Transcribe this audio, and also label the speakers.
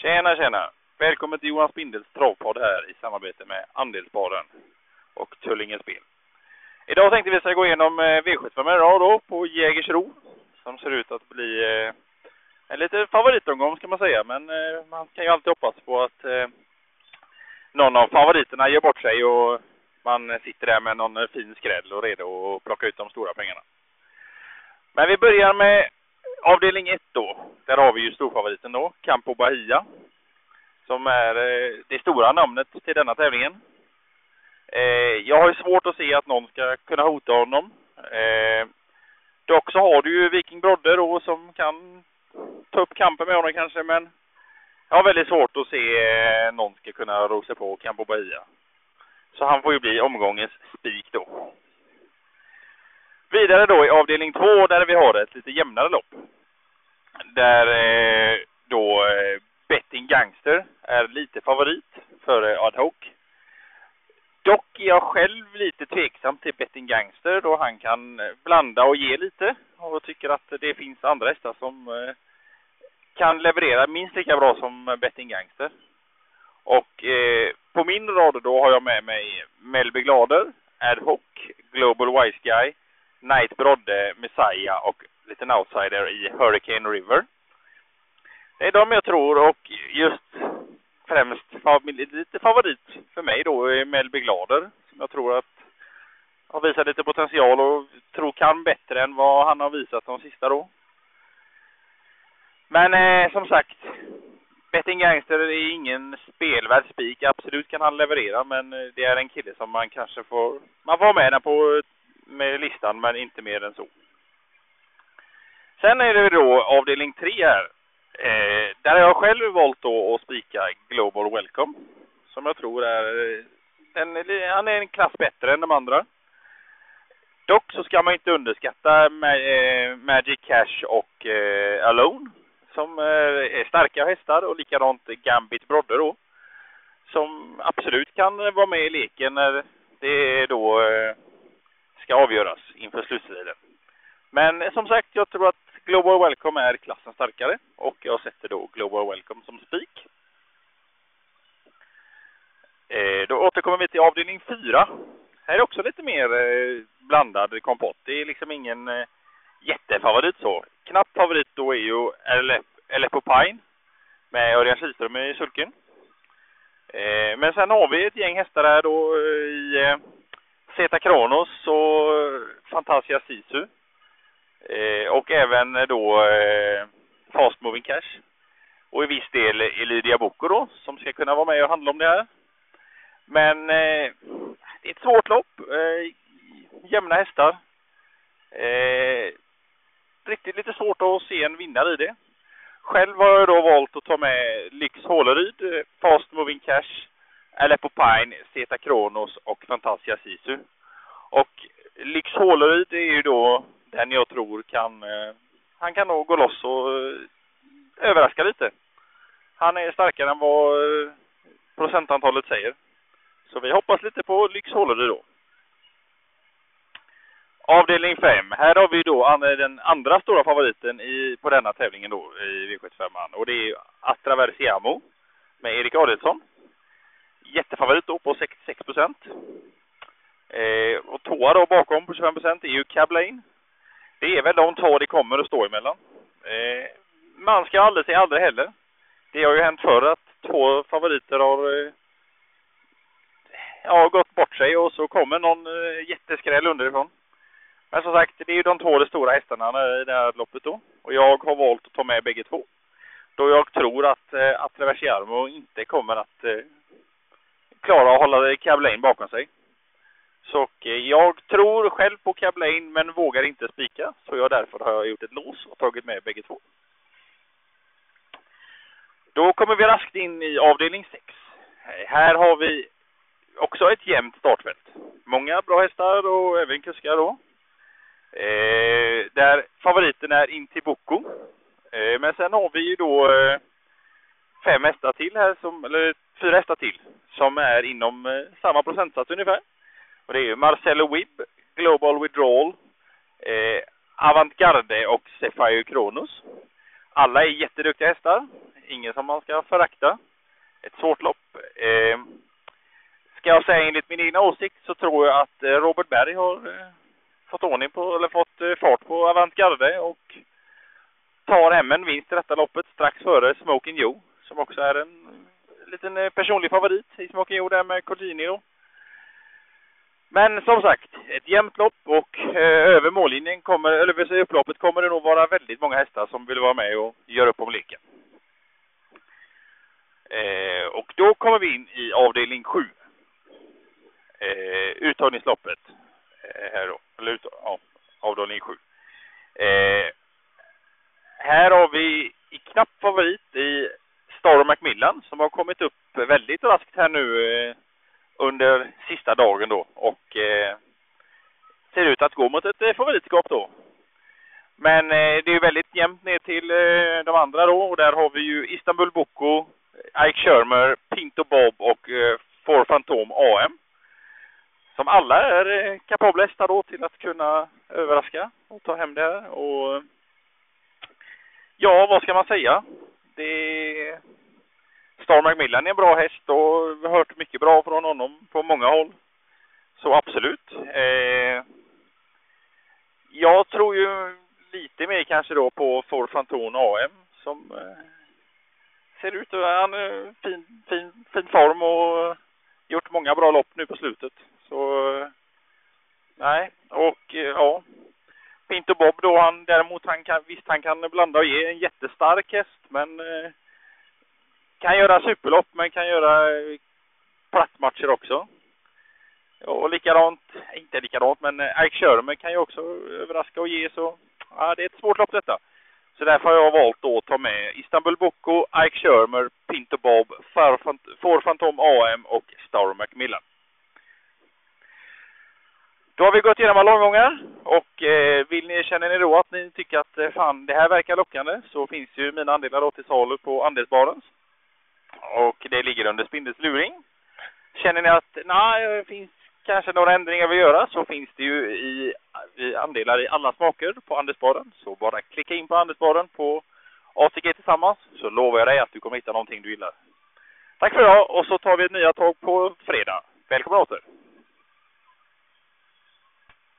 Speaker 1: Tjena, tjena. Välkommen till Johan Spindels travpodd här i samarbete med Andelsbaren och Tullinge Spel. Idag tänkte vi ska gå igenom V75 idag då på Jägersro, som ser ut att bli en lite favoritomgång ska man säga. Men man kan ju alltid hoppas på att någon av favoriterna gör bort sig och man sitter där med någon fin skräll och redo att plocka ut de stora pengarna. Men vi börjar med avdelning 1 då. Där har vi ju storfavoriten då, Campo Bahia, som är det stora namnet till denna tävlingen. Jag har ju svårt att se att någon ska kunna hota honom. Dock så har du ju Viking Brodde då som kan ta upp kampen med honom kanske, men jag har väldigt svårt att se någon ska kunna ro sig på Campo Bahia. Så han får ju bli omgångens spik då. Vidare då i avdelning 2 där vi har ett lite jämnare lopp. Där då Betting Gangster är lite favorit för Ad Hoc. Dock är jag själv lite tveksam till Betting Gangster då han kan blanda och ge lite. Och tycker att det finns andra hästar som kan leverera minst lika bra som Betting Gangster. Och på min rad då har jag med mig Melby Glader, Ad Hoc, Global Wise Guy, Knight Brodde, Messiah och lite outsider i Hurricane River. Det är de jag tror, och just främst lite favorit för mig då är Melby Glader, som jag tror att har visat lite potential och tror kan bättre än vad han har visat de sista då. Men som sagt, Betting Gangster är ingen spelvärd spik. Absolut kan han leverera, men det är en kille som man kanske får med den på med listan, men inte mer än så. Sen är det då avdelning 3 här. Där har jag själv valt då att spika Global Welcome, som jag tror är han är en klass bättre än de andra. Dock så ska man inte underskatta Magic Cash och Alone, som är starka hästar, och likadant Gambit Brodde då, som absolut kan vara med i leken när det då ska avgöras inför slutstriden. Men som sagt, jag tror att Global Welcome är klassen starkare, och jag sätter då Global Welcome som spik. Då återkommer vi till avdelning 4. Här är också lite mer blandad kompott. Det är liksom ingen jättefavorit så. Knapp favorit då är ju Aleppo Pine med Örjan Kihlström i sulken. Men sen har vi ett gäng hästar där då i Zeta Kronos och Fantasia Sisu. Och även då Fast Moving Cash. Och i viss del Lydia Boko då, som ska kunna vara med och handla om det här. Men det är ett svårt lopp. Jämna hästar. Riktigt lite svårt att se en vinnare i det. Själv har jag då valt att ta med Lyx Håleryd, Fast Moving Cash, Aleppo Pine, Zeta Kronos och Fantasia Sisu. Och Lyx Håleryd är ju då den jag tror han kan nog gå loss och överraska lite. Han är starkare än vad procentantalet säger. Så vi hoppas lite på Lyx Håleryd då. Avdelning 5. Här har vi då den andra stora favoriten på denna tävlingen då i V75. Och det är Atraversiamo med Erik Adelsson. Jättefavorit då på 66%. Och tvåa då bakom på 25% är ju Cablane. Det är väl de två det kommer att stå emellan. Man ska aldrig säga aldrig heller. Det har ju hänt förr att två favoriter har gått bort sig och så kommer någon jätteskräll underifrån. Men som sagt, det är ju de två stora hästarna i det här loppet då. Och jag har valt att ta med bägge två. Då jag tror att Atraversiamo inte kommer att klara att hålla Cablane bakom sig. Så jag tror själv på Cablane men vågar inte spika. Så därför har jag gjort ett lås och tagit med bägge två. Då kommer vi raskt in i avdelning 6. Här har vi också ett jämnt startfält. Många bra hästar och även kuskar då. Där favoriten är Intiboko. Men sen har vi ju då 5 hästar till här, eller 4 hästar till som är inom samma procentsats ungefär. Och det är ju Marcelo Wibb, Global Withdrawal, Avantgarde och Sapphire Kronos. Alla är jätteduktiga hästar. ingen som man ska förakta. Ett svårt lopp. Ska jag säga enligt min egna åsikt så tror jag att Robert Berg har fått ordning på, eller fått fart på Avantgarde och tar hem en vinst i detta loppet strax före Smoking Joe, som också är en liten personlig favorit i Smoking Joe där med Coutinho. Men som sagt, ett jämnt lopp och över mållinjen kommer, eller vid upploppet kommer det nog vara väldigt många hästar som vill vara med och göra upp om leken. Och då kommer vi in i avdelning 7. Uttagningsloppet. Här då, eller avdelning 7. Här har vi i knapp favorit i Star Macmillan som har kommit upp väldigt raskt här nu under sista dagen då och ser ut att gå mot ett favoritskap då. Men det är väldigt jämnt ner till de andra då och där har vi ju Istanbul Boko, Ike Shermer, Pinto Bob och Four Phantom AM. Som alla är kapabla hästar då till att kunna överraska och ta hem det här. Och ja, vad ska man säga? Star Macmillan är en bra häst och vi har hört mycket bra från honom på många håll. Så absolut. Jag tror ju lite mer kanske då på Four Phantom AM som ser ut att ha en fin form och gjort många bra lopp nu på slutet. Så nej, och ja, Pinto Bob då, han kan blanda och ge en jättestark häst, men kan göra superlopp, men kan göra plattmatcher också. Och inte likadant, men Ike Shermer kan ju också överraska och ge, så ja, det är ett svårt lopp detta. Så därför har jag valt att ta med Istanbul Boko, Ike Shermer, Pinto Bob, Four Phantom AM och Star Macmillan. Då har vi gått igenom alla omgångar och känner ni då att ni tycker att fan, det här verkar lockande, så finns ju mina andelar då till salu på Andelsbarens. Och det ligger under Spindels luring. Känner ni att det finns kanske några ändringar vi göra, så finns det ju i andelar i alla smaker på Andelsbaren. Så bara klicka in på Andelsbaren på ATG tillsammans, så lovar jag dig att du kommer hitta någonting du gillar. Tack för idag, och så tar vi nya tag på fredag. Välkommen åter!